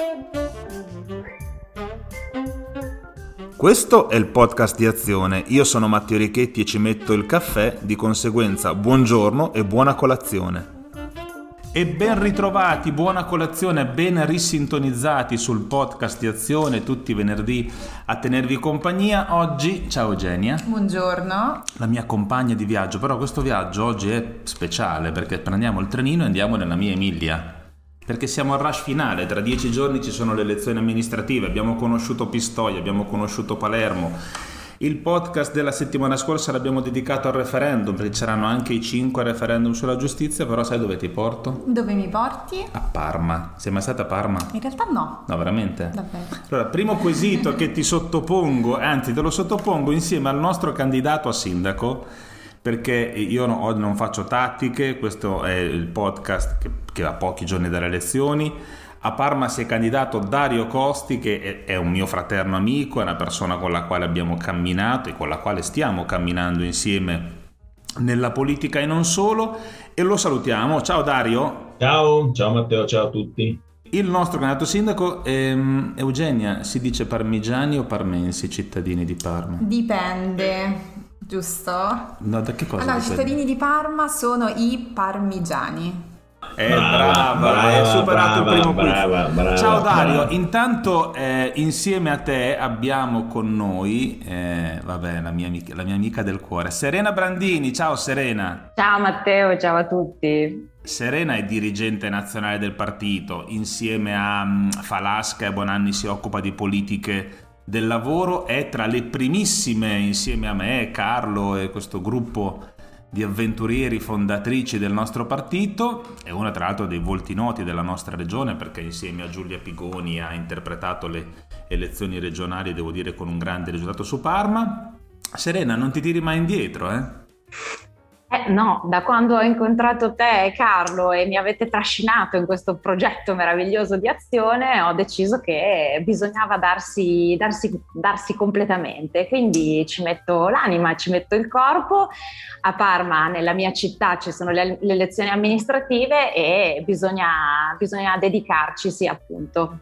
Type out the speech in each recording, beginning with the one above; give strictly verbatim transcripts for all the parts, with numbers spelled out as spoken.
Questo è il podcast di Azione, io sono Matteo Richetti e ci metto il caffè, di conseguenza buongiorno e buona colazione. E ben ritrovati, buona colazione, ben risintonizzati sul podcast di Azione tutti i venerdì a tenervi compagnia. Oggi, ciao Eugenia. Buongiorno. La mia compagna di viaggio, però questo viaggio oggi è speciale perché prendiamo il trenino e andiamo nella mia Emilia. Perché siamo al rush finale, tra dieci giorni ci sono le elezioni amministrative, abbiamo conosciuto Pistoia, abbiamo conosciuto Palermo. Il podcast della settimana scorsa l'abbiamo dedicato al referendum, perché c'erano anche i cinque referendum sulla giustizia, però sai dove ti porto? Dove mi porti? A Parma. Sei mai stata a Parma? In realtà no. No, veramente? Davvero. Allora, primo quesito che ti sottopongo, anzi te lo sottopongo insieme al nostro candidato a sindaco, perché io no, non faccio tattiche, questo è il podcast che, che ha pochi giorni dalle elezioni. A Parma si è candidato Dario Costi, che è, è un mio fraterno amico, è una persona con la quale abbiamo camminato e con la quale stiamo camminando insieme nella politica e non solo, e lo salutiamo. Ciao Dario. Ciao, ciao Matteo, ciao a tutti. Il nostro candidato sindaco, ehm, Eugenia, si dice parmigiani o parmensi, cittadini di Parma? Dipende. Giusto? No, da che cosa? Allora, i dipende? cittadini di Parma sono i parmigiani. Eh, brava, brava, hai superato brava, il primo brava, quiz. brava, Ciao Dario, brava. intanto eh, insieme a te abbiamo con noi, eh, vabbè, la mia, amica, la mia amica del cuore, Serena Brandini. Ciao Serena. Ciao Matteo, ciao a tutti. Serena è dirigente nazionale del partito, insieme a um, Falasca e Bonanni si occupa di politiche del lavoro, è tra le primissime insieme a me, Carlo e questo gruppo di avventurieri fondatrici del nostro partito, è una tra l'altro dei volti noti della nostra regione perché insieme a Giulia Pigoni ha interpretato le elezioni regionali, devo dire con un grande risultato su Parma. Serena, non ti tiri mai indietro, eh? Eh, no, da quando ho incontrato te e Carlo e mi avete trascinato in questo progetto meraviglioso di Azione, ho deciso che bisognava darsi, darsi, darsi completamente, quindi ci metto l'anima, ci metto il corpo. A Parma, nella mia città, ci sono le, le elezioni amministrative e bisogna, bisogna dedicarci, sì, appunto.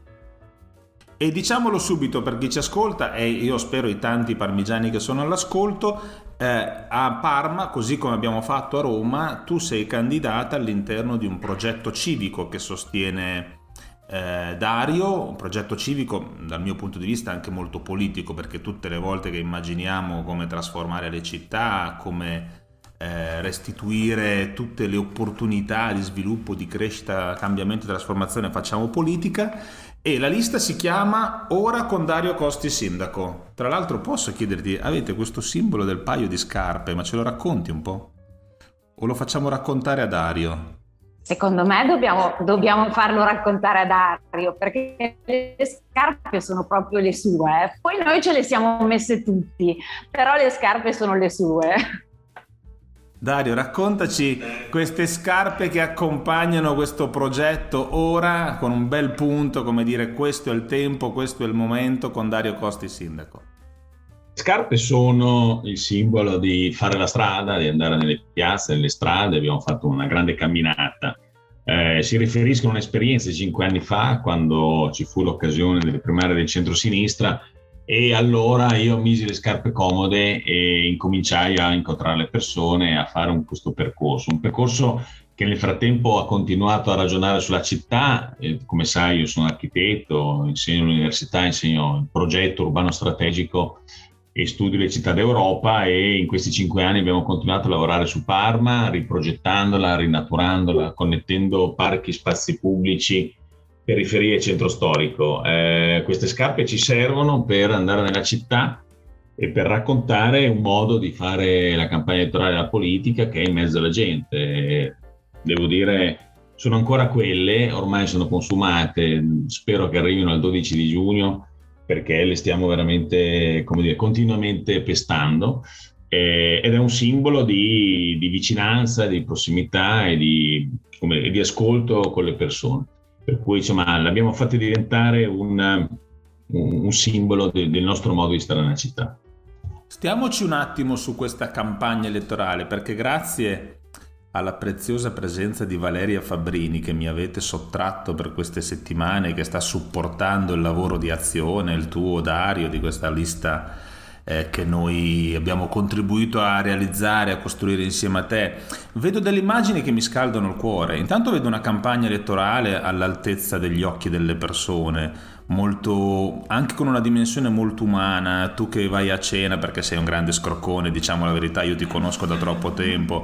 E diciamolo subito per chi ci ascolta, e io spero i tanti parmigiani che sono all'ascolto, eh, a Parma, così come abbiamo fatto a Roma, tu sei candidata all'interno di un progetto civico che sostiene eh, Dario, un progetto civico dal mio punto di vista anche molto politico, perché tutte le volte che immaginiamo come trasformare le città, come eh, restituire tutte le opportunità di sviluppo, di crescita, cambiamento e trasformazione, facciamo politica. E la lista si chiama Ora con Dario Costi sindaco. Tra l'altro posso chiederti, avete questo simbolo del paio di scarpe, ma ce lo racconti un po'? O lo facciamo raccontare a Dario? Secondo me dobbiamo, dobbiamo farlo raccontare a Dario, perché le scarpe sono proprio le sue. Eh. Poi noi ce le siamo messe tutti, però le scarpe sono le sue. Dario, raccontaci queste scarpe che accompagnano questo progetto ora, con un bel punto, come dire questo è il tempo, questo è il momento, con Dario Costi sindaco. Le scarpe sono il simbolo di fare la strada, di andare nelle piazze, nelle strade, abbiamo fatto una grande camminata. Eh, si riferiscono a un'esperienza di cinque anni fa, quando ci fu l'occasione delle primarie del centro-sinistra, e allora io misi le scarpe comode e incominciai a incontrare le persone, a fare un, questo percorso, un percorso che nel frattempo ha continuato a ragionare sulla città. E, come sai, io sono architetto, insegno all'università, insegno il progetto urbano strategico e studio le città d'Europa, e in questi cinque anni abbiamo continuato a lavorare su Parma, riprogettandola, rinaturandola, connettendo parchi, spazi pubblici, periferie e centro storico. Eh, queste scarpe ci servono per andare nella città e per raccontare un modo di fare la campagna elettorale della politica che è in mezzo alla gente. Eh, devo dire, sono ancora quelle, ormai sono consumate, spero che arrivino al dodici di giugno perché le stiamo veramente, come dire, continuamente pestando, eh, ed è un simbolo di, di vicinanza, di prossimità e di, come, di ascolto con le persone. Per cui insomma l'abbiamo fatto diventare un, un, un simbolo de, del nostro modo di stare nella città. Stiamoci un attimo su questa campagna elettorale, perché grazie alla preziosa presenza di Valeria Fabbrini, che mi avete sottratto per queste settimane, che sta supportando il lavoro di Azione, il tuo Dario, di questa lista eh, che noi abbiamo contribuito a realizzare, a costruire insieme a te. Vedo delle immagini che mi scaldano il cuore. Intanto vedo una campagna elettorale all'altezza degli occhi delle persone, molto, anche con una dimensione molto umana. Tu che vai a cena perché sei un grande scroccone, diciamo la verità, io ti conosco da troppo tempo,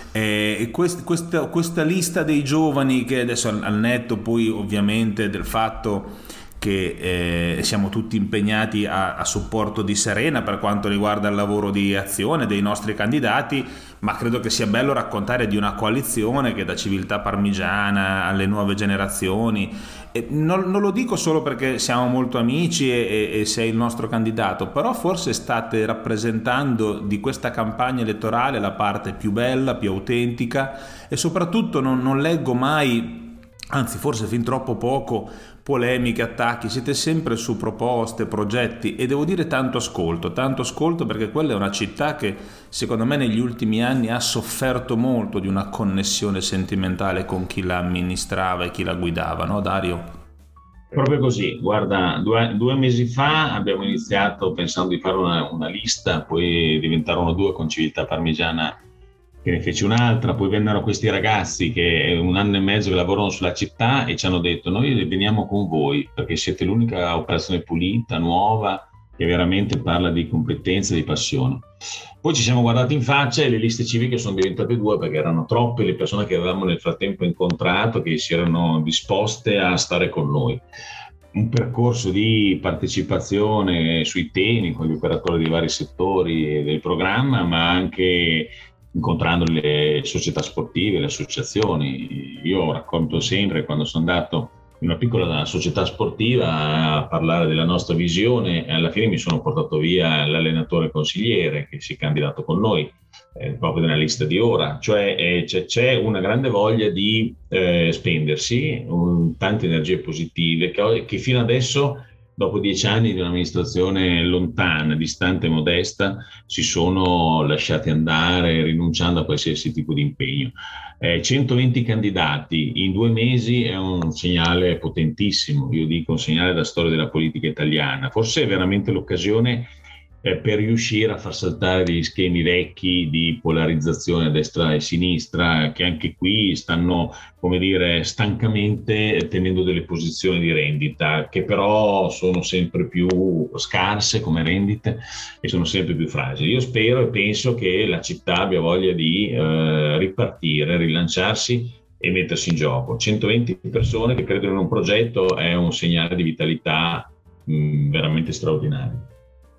e quest, questa, questa lista dei giovani, che adesso al, al netto poi ovviamente del fatto che eh, siamo tutti impegnati a, a supporto di Serena per quanto riguarda il lavoro di Azione dei nostri candidati, ma credo che sia bello raccontare di una coalizione che da Civiltà Parmigiana alle nuove generazioni, e non, non lo dico solo perché siamo molto amici e, e, e sei il nostro candidato, però forse state rappresentando di questa campagna elettorale la parte più bella, più autentica, e soprattutto non, non leggo mai, anzi forse fin troppo poco, polemiche, attacchi. Siete sempre su proposte, progetti, e devo dire tanto ascolto, tanto ascolto perché quella è una città che secondo me negli ultimi anni ha sofferto molto di una connessione sentimentale con chi la amministrava e chi la guidava, no Dario? Proprio così, guarda, due, due mesi fa abbiamo iniziato pensando di fare una, una lista, poi diventarono due con Civiltà Parmigiana che ne fece un'altra, poi vennero questi ragazzi che è un anno e mezzo che lavorano sulla città e ci hanno detto: noi veniamo con voi perché siete l'unica operazione pulita, nuova, che veramente parla di competenza e di passione. Poi ci siamo guardati in faccia e le liste civiche sono diventate due perché erano troppe le persone che avevamo nel frattempo incontrato, che si erano disposte a stare con noi. Un percorso di partecipazione sui temi con gli operatori di vari settori del programma, ma anche incontrando le società sportive, le associazioni. Io racconto sempre, quando sono andato in una piccola società sportiva a parlare della nostra visione, e alla fine mi sono portato via l'allenatore consigliere che si è candidato con noi, eh, proprio nella lista di ora. Cioè eh, c'è, c'è una grande voglia di eh, spendersi, un, tante energie positive che, che fino adesso, dopo dieci anni di un'amministrazione lontana, distante e modesta, si sono lasciati andare rinunciando a qualsiasi tipo di impegno. Eh, centoventi candidati in due mesi è un segnale potentissimo, io dico un segnale da storia della politica italiana. Forse è veramente l'occasione eh, per riuscire a far saltare degli schemi vecchi di polarizzazione a destra e sinistra, che anche qui stanno, come dire, stancamente tenendo delle posizioni di rendita, che però sono sempre più scarse come rendite e sono sempre più fragili. Io spero e penso che la città abbia voglia di eh, ripartire, rilanciarsi e mettersi in gioco. centoventi persone che credono in un progetto è un segnale di vitalità mh, veramente straordinario.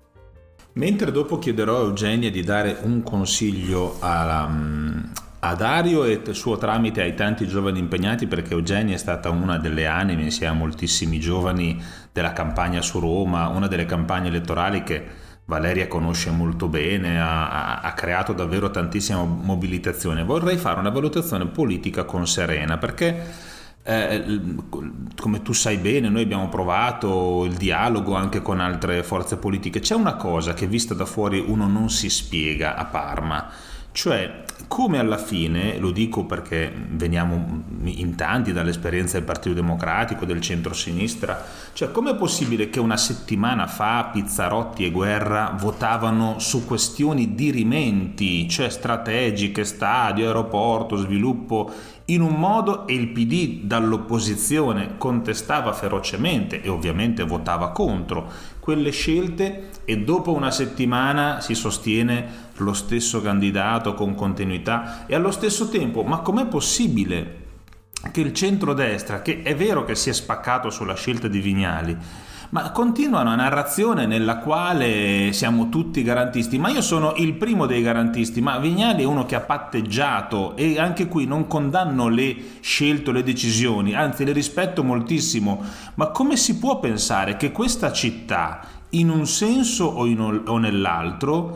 Mentre dopo chiederò a Eugenia di dare un consiglio alla, a Dario e suo tramite ai tanti giovani impegnati, perché Eugenia è stata una delle anime insieme a moltissimi giovani della campagna su Roma, una delle campagne elettorali che Valeria conosce molto bene, ha, ha creato davvero tantissima mobilitazione. Vorrei fare una valutazione politica con Serena, perché Eh, come tu sai bene, noi abbiamo provato il dialogo anche con altre forze politiche. C'è una cosa che vista da fuori uno non si spiega a Parma, cioè come alla fine, lo dico perché veniamo in tanti dall'esperienza del Partito Democratico, del centro-sinistra, cioè com'è possibile che una settimana fa Pizzarotti e Guerra votavano su questioni dirimenti, cioè strategiche, stadio, aeroporto, sviluppo, in un modo, e il P D dall'opposizione contestava ferocemente e ovviamente votava contro quelle scelte, e dopo una settimana si sostiene lo stesso candidato con continuità? E allo stesso tempo, ma com'è possibile che il centrodestra, che è vero che si è spaccato sulla scelta di Vignali, ma continua una narrazione nella quale siamo tutti garantisti? Ma io sono il primo dei garantisti, ma Vignali è uno che ha patteggiato, e anche qui non condanno le scelte o le decisioni, anzi le rispetto moltissimo, ma come si può pensare che questa città, in un senso o, in, o nell'altro,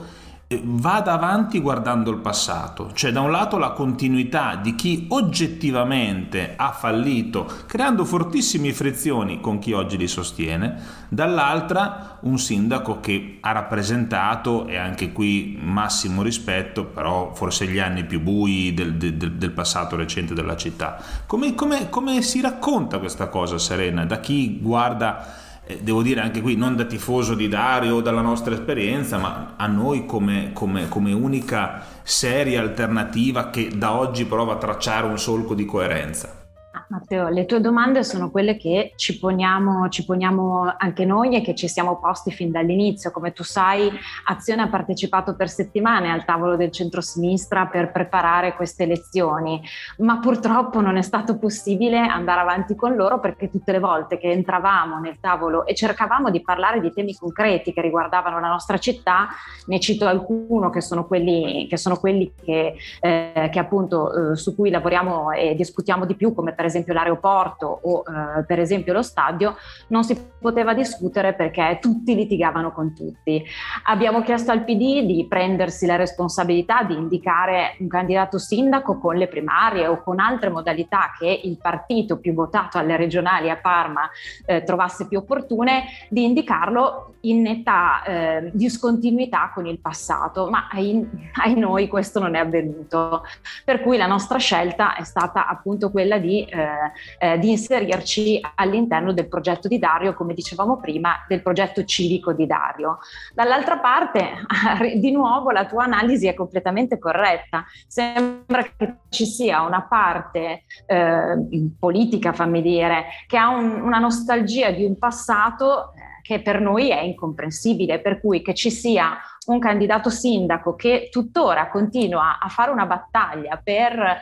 vada avanti guardando il passato, cioè da un lato la continuità di chi oggettivamente ha fallito, creando fortissime frizioni con chi oggi li sostiene, dall'altra un sindaco che ha rappresentato, e anche qui massimo rispetto, però forse gli anni più bui del, del, del passato recente della città. Come, come, come si racconta questa cosa, Serena, da chi guarda? Devo dire anche qui, non da tifoso di Dario o dalla nostra esperienza, ma a noi come, come, come unica seria alternativa che da oggi prova a tracciare un solco di coerenza. Matteo, le tue domande sono quelle che ci poniamo, ci poniamo anche noi e che ci siamo posti fin dall'inizio. Come tu sai, Azione ha partecipato per settimane al tavolo del centrosinistra per preparare queste elezioni, ma purtroppo non è stato possibile andare avanti con loro, perché tutte le volte che entravamo nel tavolo e cercavamo di parlare di temi concreti che riguardavano la nostra città, ne cito alcuno che sono quelli che, sono quelli che, eh, che appunto eh, su cui lavoriamo e discutiamo di più, come per esempio l'aeroporto o eh, per esempio lo stadio, non si poteva discutere perché tutti litigavano con tutti. Abbiamo chiesto al P D di prendersi la responsabilità di indicare un candidato sindaco con le primarie o con altre modalità che il partito più votato alle regionali a Parma eh, trovasse più opportune, di indicarlo in netta eh, discontinuità con il passato, ma ai, ai noi questo non è avvenuto, per cui la nostra scelta è stata appunto quella di eh, Eh, di inserirci all'interno del progetto di Dario, come dicevamo prima, del progetto civico di Dario. Dall'altra parte, di nuovo, la tua analisi è completamente corretta. Sembra che ci sia una parte eh, politica, fammi dire, che ha un, una nostalgia di un passato eh, che per noi è incomprensibile, per cui che ci sia un candidato sindaco che tuttora continua a fare una battaglia per,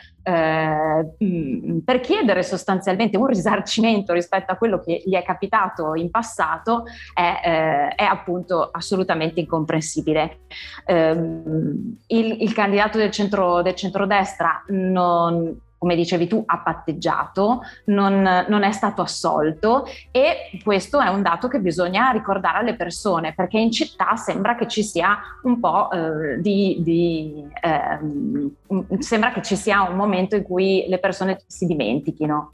eh, per chiedere sostanzialmente un risarcimento rispetto a quello che gli è capitato in passato è, eh, è appunto assolutamente incomprensibile. Eh, il, il candidato del centro del centrodestra non come dicevi tu, ha patteggiato, non, non è stato assolto, e questo è un dato che bisogna ricordare alle persone, perché in città sembra che ci sia un po' eh, di, di eh, sembra che ci sia un momento in cui le persone si dimentichino.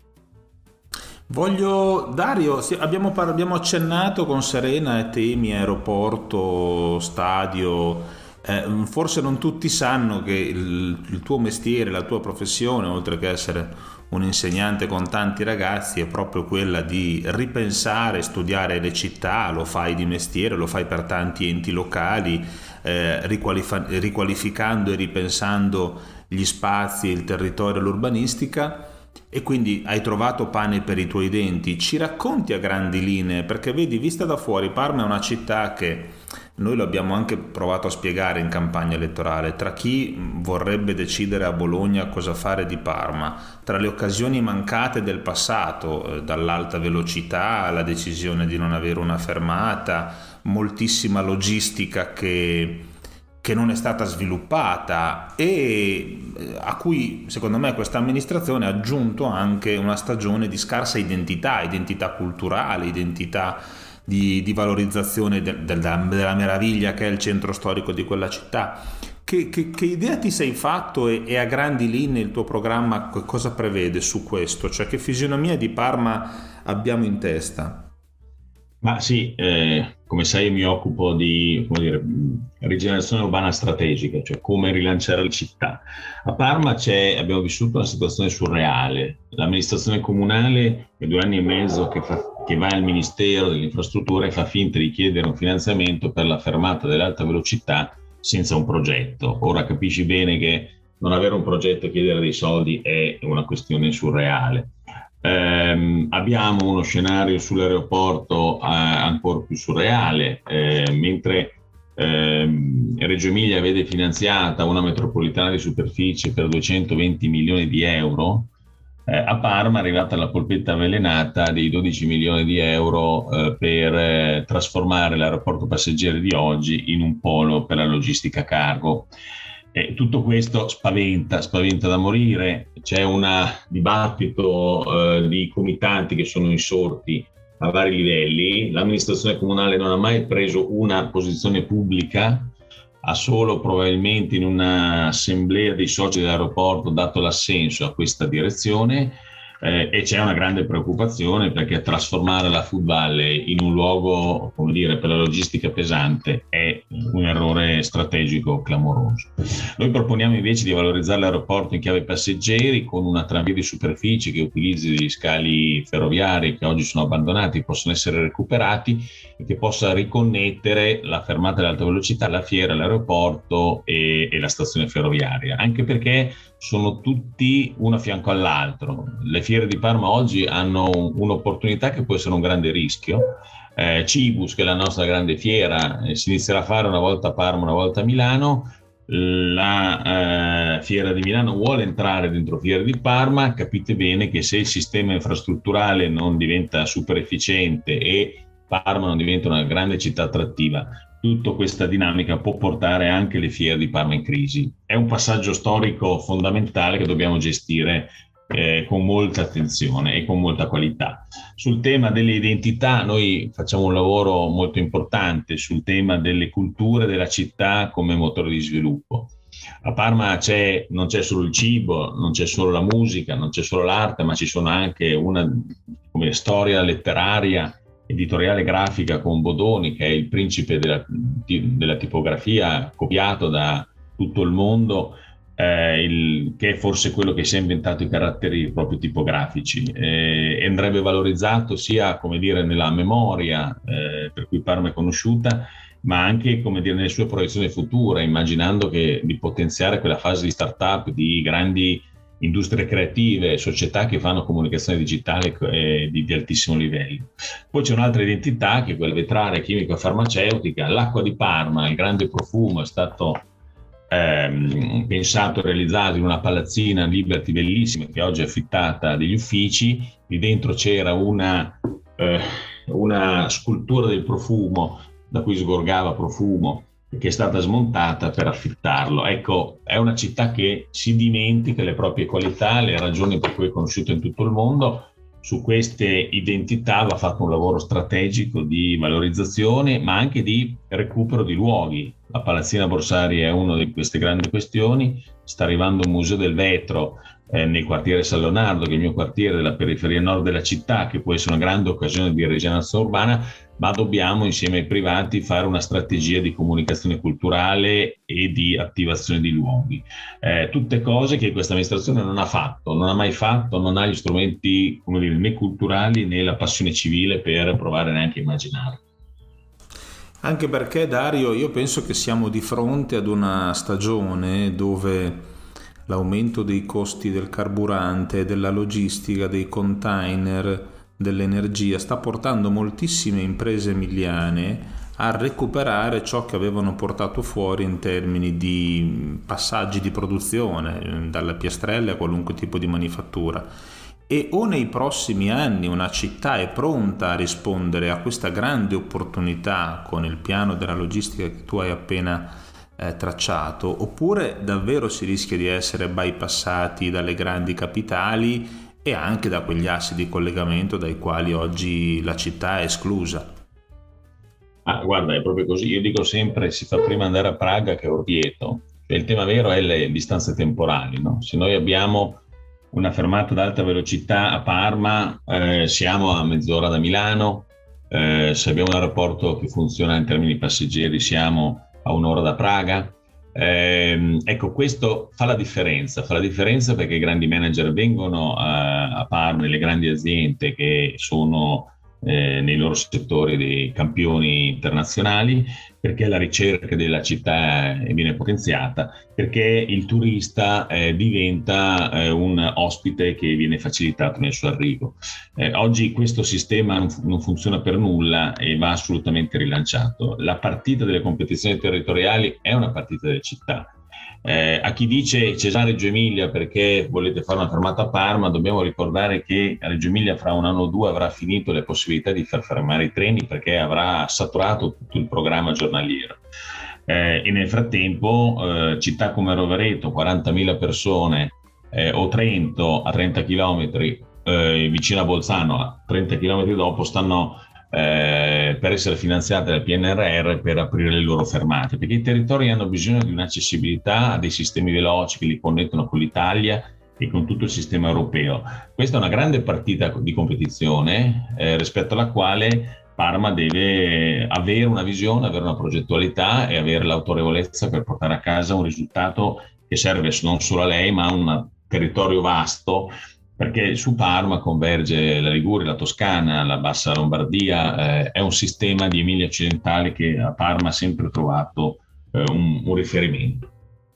Voglio, Dario, sì, abbiamo, abbiamo accennato con Serena ai temi aeroporto, stadio. Eh, forse non tutti sanno che il, il tuo mestiere, la tua professione, oltre che essere un insegnante con tanti ragazzi, è proprio quella di ripensare, studiare le città. Lo fai di mestiere, lo fai per tanti enti locali, eh, riqualif- riqualificando e ripensando gli spazi, il territorio, l'urbanistica, e quindi hai trovato pane per i tuoi denti. Ci racconti a grandi linee, perché vedi, vista da fuori, Parma è una città che noi lo abbiamo anche provato a spiegare in campagna elettorale, tra chi vorrebbe decidere a Bologna cosa fare di Parma, tra le occasioni mancate del passato, dall'alta velocità alla decisione di non avere una fermata, moltissima logistica che che non è stata sviluppata e a cui secondo me questa amministrazione ha aggiunto anche una stagione di scarsa identità, identità culturale, identità di, di valorizzazione de, de, della meraviglia che è il centro storico di quella città. Che, che, che idea ti sei fatto e, e a grandi linee il tuo programma cosa prevede su questo? Cioè, che fisionomia di Parma abbiamo in testa? Ma sì, eh, come sai io mi occupo di, come dire, rigenerazione urbana strategica, cioè come rilanciare la città. A Parma c'è, abbiamo vissuto una situazione surreale. L'amministrazione comunale è due anni e mezzo che, fa, che va al Ministero delle Infrastrutture e fa finta di chiedere un finanziamento per la fermata dell'alta velocità senza un progetto. Ora capisci bene che non avere un progetto e chiedere dei soldi è una questione surreale. Eh, abbiamo uno scenario sull'aeroporto eh, ancora più surreale, eh, mentre eh, Reggio Emilia vede finanziata una metropolitana di superficie per duecentoventi milioni di euro, eh, a Parma è arrivata la polpetta avvelenata dei dodici milioni di euro eh, per eh, trasformare l'aeroporto passeggeri di oggi in un polo per la logistica cargo. E tutto questo spaventa, spaventa da morire. C'è un dibattito eh, di comitanti che sono insorti a vari livelli. L'amministrazione comunale non ha mai preso una posizione pubblica ha solo probabilmente in un'assemblea dei soci dell'aeroporto dato l'assenso a questa direzione, eh, e c'è una grande preoccupazione perché trasformare la Food Valley in un luogo, come dire, per la logistica pesante è un errore strategico clamoroso. Noi proponiamo invece di valorizzare l'aeroporto in chiave passeggeri con una tranvia di superficie che utilizzi degli scali ferroviari che oggi sono abbandonati, possono essere recuperati e che possa riconnettere la fermata dell'alta velocità, la fiera, l'aeroporto e, e la stazione ferroviaria, anche perché sono tutti uno a fianco all'altro. Le fiere di Parma oggi hanno un'opportunità che può essere un grande rischio. Eh, Cibus, che è la nostra grande fiera, eh, si inizierà a fare una volta a Parma, una volta a Milano. La eh, fiera di Milano vuole entrare dentro fiera di Parma. Capite bene che se il sistema infrastrutturale non diventa super efficiente e Parma non diventa una grande città attrattiva, tutta questa dinamica può portare anche le fiere di Parma in crisi. È un passaggio storico fondamentale che dobbiamo gestire eh, con molta attenzione e con molta qualità. Sul tema delle identità noi facciamo un lavoro molto importante sul tema delle culture della città come motore di sviluppo. A Parma c'è, non c'è solo il cibo, non c'è solo la musica, non c'è solo l'arte, ma ci sono anche una come storia letteraria, editoriale grafica con Bodoni, che è il principe della, della tipografia, copiato da tutto il mondo, eh, il, che è forse quello che si è inventato i caratteri proprio tipografici, eh, e andrebbe valorizzato sia, come dire, nella memoria eh, per cui Parma è conosciuta, ma anche, come dire, nelle sue proiezioni future, immaginando che di potenziare quella fase di start-up, di grandi industrie creative, società che fanno comunicazione digitale eh, di, di altissimo livello. Poi c'è un'altra identità che è quella vetraria, chimica, farmaceutica. L'acqua di Parma, il grande profumo, è stato ehm, pensato e realizzato in una palazzina Liberty bellissima che oggi è affittata a degli uffici. Lì dentro c'era una, eh, una scultura del profumo da cui sgorgava profumo, che è stata smontata per affittarlo. Ecco, è una città che si dimentica le proprie qualità, le ragioni per cui è conosciuta in tutto il mondo. Su queste identità va fatto un lavoro strategico di valorizzazione, ma anche di recupero di luoghi. La Palazzina Borsari è una di queste grandi questioni. Sta arrivando un museo del vetro eh, nel quartiere San Leonardo, che è il mio quartiere della periferia nord della città, che può essere una grande occasione di rigenerazione urbana, ma dobbiamo insieme ai privati fare una strategia di comunicazione culturale e di attivazione di luoghi. Eh, tutte cose che questa amministrazione non ha fatto, non ha mai fatto, non ha gli strumenti, come dire, né culturali né la passione civile per provare neanche a immaginare. Anche perché, Dario, io penso che siamo di fronte ad una stagione dove l'aumento dei costi del carburante, della logistica, dei container, dell'energia sta portando moltissime imprese emiliane a recuperare ciò che avevano portato fuori in termini di passaggi di produzione, dalla piastrella a qualunque tipo di manifattura. E o nei prossimi anni una città è pronta a rispondere a questa grande opportunità con il piano della logistica che tu hai appena eh, tracciato, oppure davvero si rischia di essere bypassati dalle grandi capitali e anche da quegli assi di collegamento dai quali oggi la città è esclusa. Ah, guarda, è proprio così. Io dico sempre, si fa prima andare a Praga che a Orvieto. Cioè, il tema vero è le distanze temporali, no? Se noi abbiamo una fermata ad alta velocità a Parma, eh, siamo a mezz'ora da Milano. Eh, se abbiamo un aeroporto che funziona in termini passeggeri, siamo a un'ora da Praga. Eh, ecco, questo fa la differenza, fa la differenza perché i grandi manager vengono a, a Parma, le grandi aziende che sono eh, nei loro settori dei campioni internazionali, perché la ricerca della città viene potenziata, perché il turista eh, diventa eh, un ospite che viene facilitato nel suo arrivo. Eh, oggi questo sistema non, non funziona per nulla e va assolutamente rilanciato. La partita delle competizioni territoriali è una partita delle città. Eh, a chi dice Cesare Reggio Emilia perché volete fare una fermata a Parma, dobbiamo ricordare che Reggio Emilia fra un anno o due avrà finito le possibilità di far fermare i treni perché avrà saturato tutto il programma giornaliero. Eh, e nel frattempo eh, città come Rovereto, quarantamila persone, eh, o Trento a trenta chilometri, eh, vicino a Bolzano, a trenta chilometri dopo, stanno eh, per essere finanziate dal P N R R per aprire le loro fermate, perché i territori hanno bisogno di un'accessibilità a dei sistemi veloci che li connettono con l'Italia e con tutto il sistema europeo. Questa è una grande partita di competizione eh, rispetto alla quale Parma deve avere una visione, avere una progettualità e avere l'autorevolezza per portare a casa un risultato che serve non solo a lei, ma a un territorio vasto, perché su Parma converge la Liguria, la Toscana, la Bassa Lombardia, eh, è un sistema di Emilia Occidentale che a Parma ha sempre trovato eh, un, un riferimento.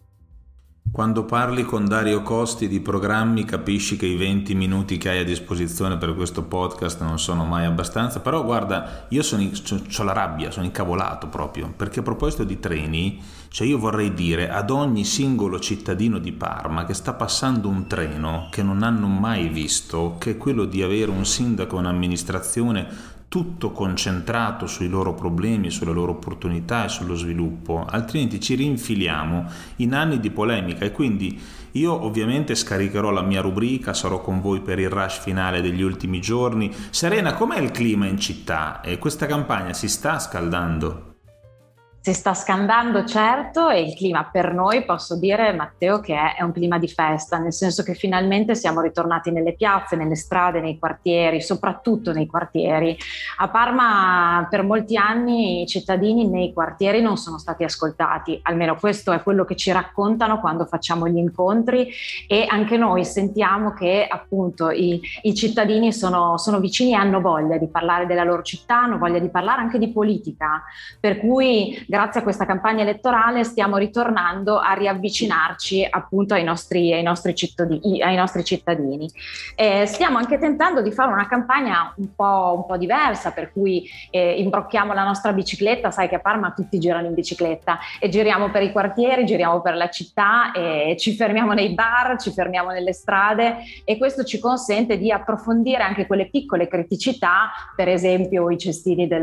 Quando parli con Dario Costi di programmi capisci che i venti minuti che hai a disposizione per questo podcast non sono mai abbastanza, però guarda, io sono ho la rabbia, sono incavolato proprio, perché a proposito di treni, cioè io vorrei dire ad ogni singolo cittadino di Parma che sta passando un treno che non hanno mai visto, che è quello di avere un sindaco e un'amministrazione tutto concentrato sui loro problemi, sulle loro opportunità e sullo sviluppo, altrimenti ci rinfiliamo in anni di polemica. E quindi io ovviamente scaricherò la mia rubrica, sarò con voi per il rush finale degli ultimi giorni. Serena, com'è il clima in città? E questa campagna si sta scaldando? Si sta scaldando, certo, e il clima per noi, posso dire, Matteo, che è, è un clima di festa, nel senso che finalmente siamo ritornati nelle piazze, nelle strade, nei quartieri, soprattutto nei quartieri. A Parma per molti anni i cittadini nei quartieri non sono stati ascoltati, almeno questo è quello che ci raccontano quando facciamo gli incontri, e anche noi sentiamo che appunto i, i cittadini sono, sono vicini e hanno voglia di parlare della loro città, hanno voglia di parlare anche di politica, per cui grazie a questa campagna elettorale stiamo ritornando a riavvicinarci appunto ai nostri, ai nostri cittadini. Ai nostri cittadini. Eh, stiamo anche tentando di fare una campagna un po', un po' diversa, per cui eh, imbrocchiamo la nostra bicicletta, sai che a Parma tutti girano in bicicletta, e giriamo per i quartieri, giriamo per la città, e ci fermiamo nei bar, ci fermiamo nelle strade, e questo ci consente di approfondire anche quelle piccole criticità, per esempio i cestini, del,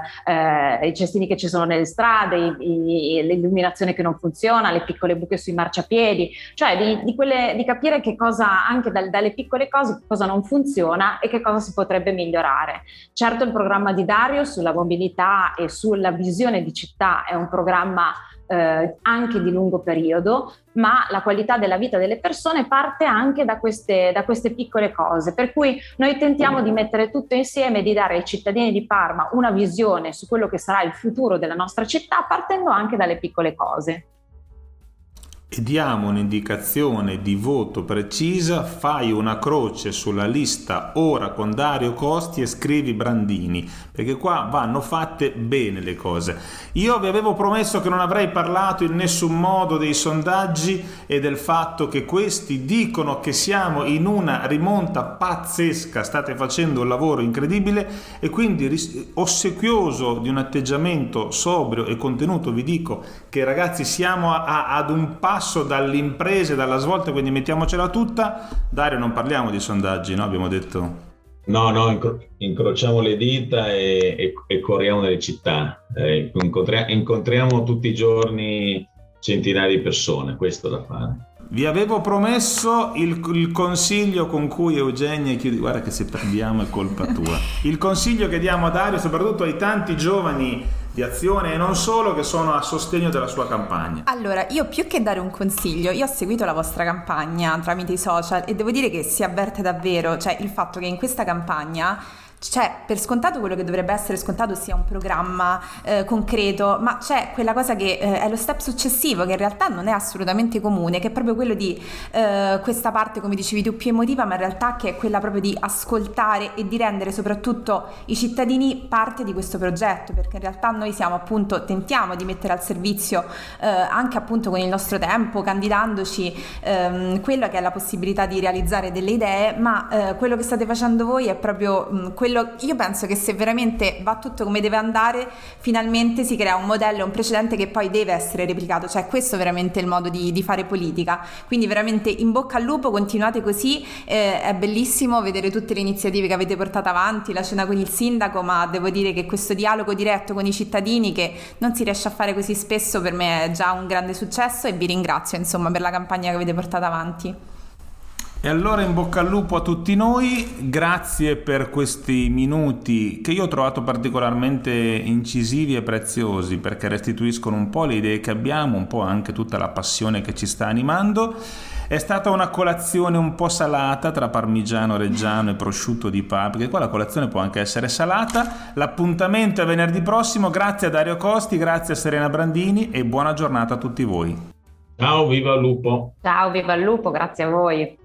eh, i cestini che ci sono nelle strade, I, i, l'illuminazione che non funziona, le piccole buche sui marciapiedi, cioè di, di, quelle, di capire che cosa, anche dal, dalle piccole cose, che cosa non funziona e che cosa si potrebbe migliorare. Certo, il programma di Dario sulla mobilità e sulla visione di città è un programma eh, anche di lungo periodo, ma la qualità della vita delle persone parte anche da queste, da queste piccole cose, per cui noi tentiamo di mettere tutto insieme e di dare ai cittadini di Parma una visione su quello che sarà il futuro della nostra città, partendo anche dalle piccole cose. E diamo un'indicazione di voto precisa: fai una croce sulla lista ora con Dario Costi e scrivi Brandini, perché qua vanno fatte bene le cose. Io vi avevo promesso che non avrei parlato in nessun modo dei sondaggi e del fatto che questi dicono che siamo in una rimonta pazzesca, state facendo un lavoro incredibile, e quindi ossequioso di un atteggiamento sobrio e contenuto vi dico che ragazzi siamo a, a, ad un passo dall'impresa e dalla svolta, quindi mettiamocela tutta. Dario, non parliamo di sondaggi, no? Abbiamo detto no, no, incro- incrociamo le dita e, e, e corriamo nelle città, eh, incontriamo, incontriamo tutti i giorni centinaia di persone, questo da fare. Vi avevo promesso il, il consiglio con cui Eugenia chiudi, guarda che se perdiamo è colpa tua, il consiglio che diamo a Dario, soprattutto ai tanti giovani di Azione e non solo che sono a sostegno della sua campagna. Allora, io più che dare un consiglio, io ho seguito la vostra campagna tramite i social e devo dire che si avverte davvero, cioè il fatto che in questa campagna c'è per scontato quello che dovrebbe essere scontato, sia un programma eh, concreto, ma c'è quella cosa che eh, è lo step successivo, che in realtà non è assolutamente comune, che è proprio quello di eh, questa parte, come dicevi tu, più emotiva, ma in realtà che è quella proprio di ascoltare e di rendere soprattutto i cittadini parte di questo progetto, perché in realtà noi siamo appunto, tentiamo di mettere al servizio eh, anche appunto con il nostro tempo, candidandoci ehm, quella che è la possibilità di realizzare delle idee, ma eh, quello che state facendo voi è proprio mh, quello. Io penso che se veramente va tutto come deve andare, finalmente si crea un modello, un precedente che poi deve essere replicato, cioè questo è veramente il modo di, di fare politica, quindi veramente in bocca al lupo, continuate così, eh, è bellissimo vedere tutte le iniziative che avete portato avanti, la cena con il sindaco, ma devo dire che questo dialogo diretto con i cittadini che non si riesce a fare così spesso, per me è già un grande successo, e vi ringrazio insomma per la campagna che avete portato avanti. E allora in bocca al lupo a tutti noi, grazie per questi minuti che io ho trovato particolarmente incisivi e preziosi, perché restituiscono un po' le idee che abbiamo, un po' anche tutta la passione che ci sta animando. È stata una colazione un po' salata tra parmigiano reggiano e prosciutto di Parma, perché qua la colazione può anche essere salata. L'appuntamento è venerdì prossimo. Grazie a Dario Costi, grazie a Serena Brandini e buona giornata a tutti voi. Ciao, viva il lupo! Ciao, viva il lupo, grazie a voi.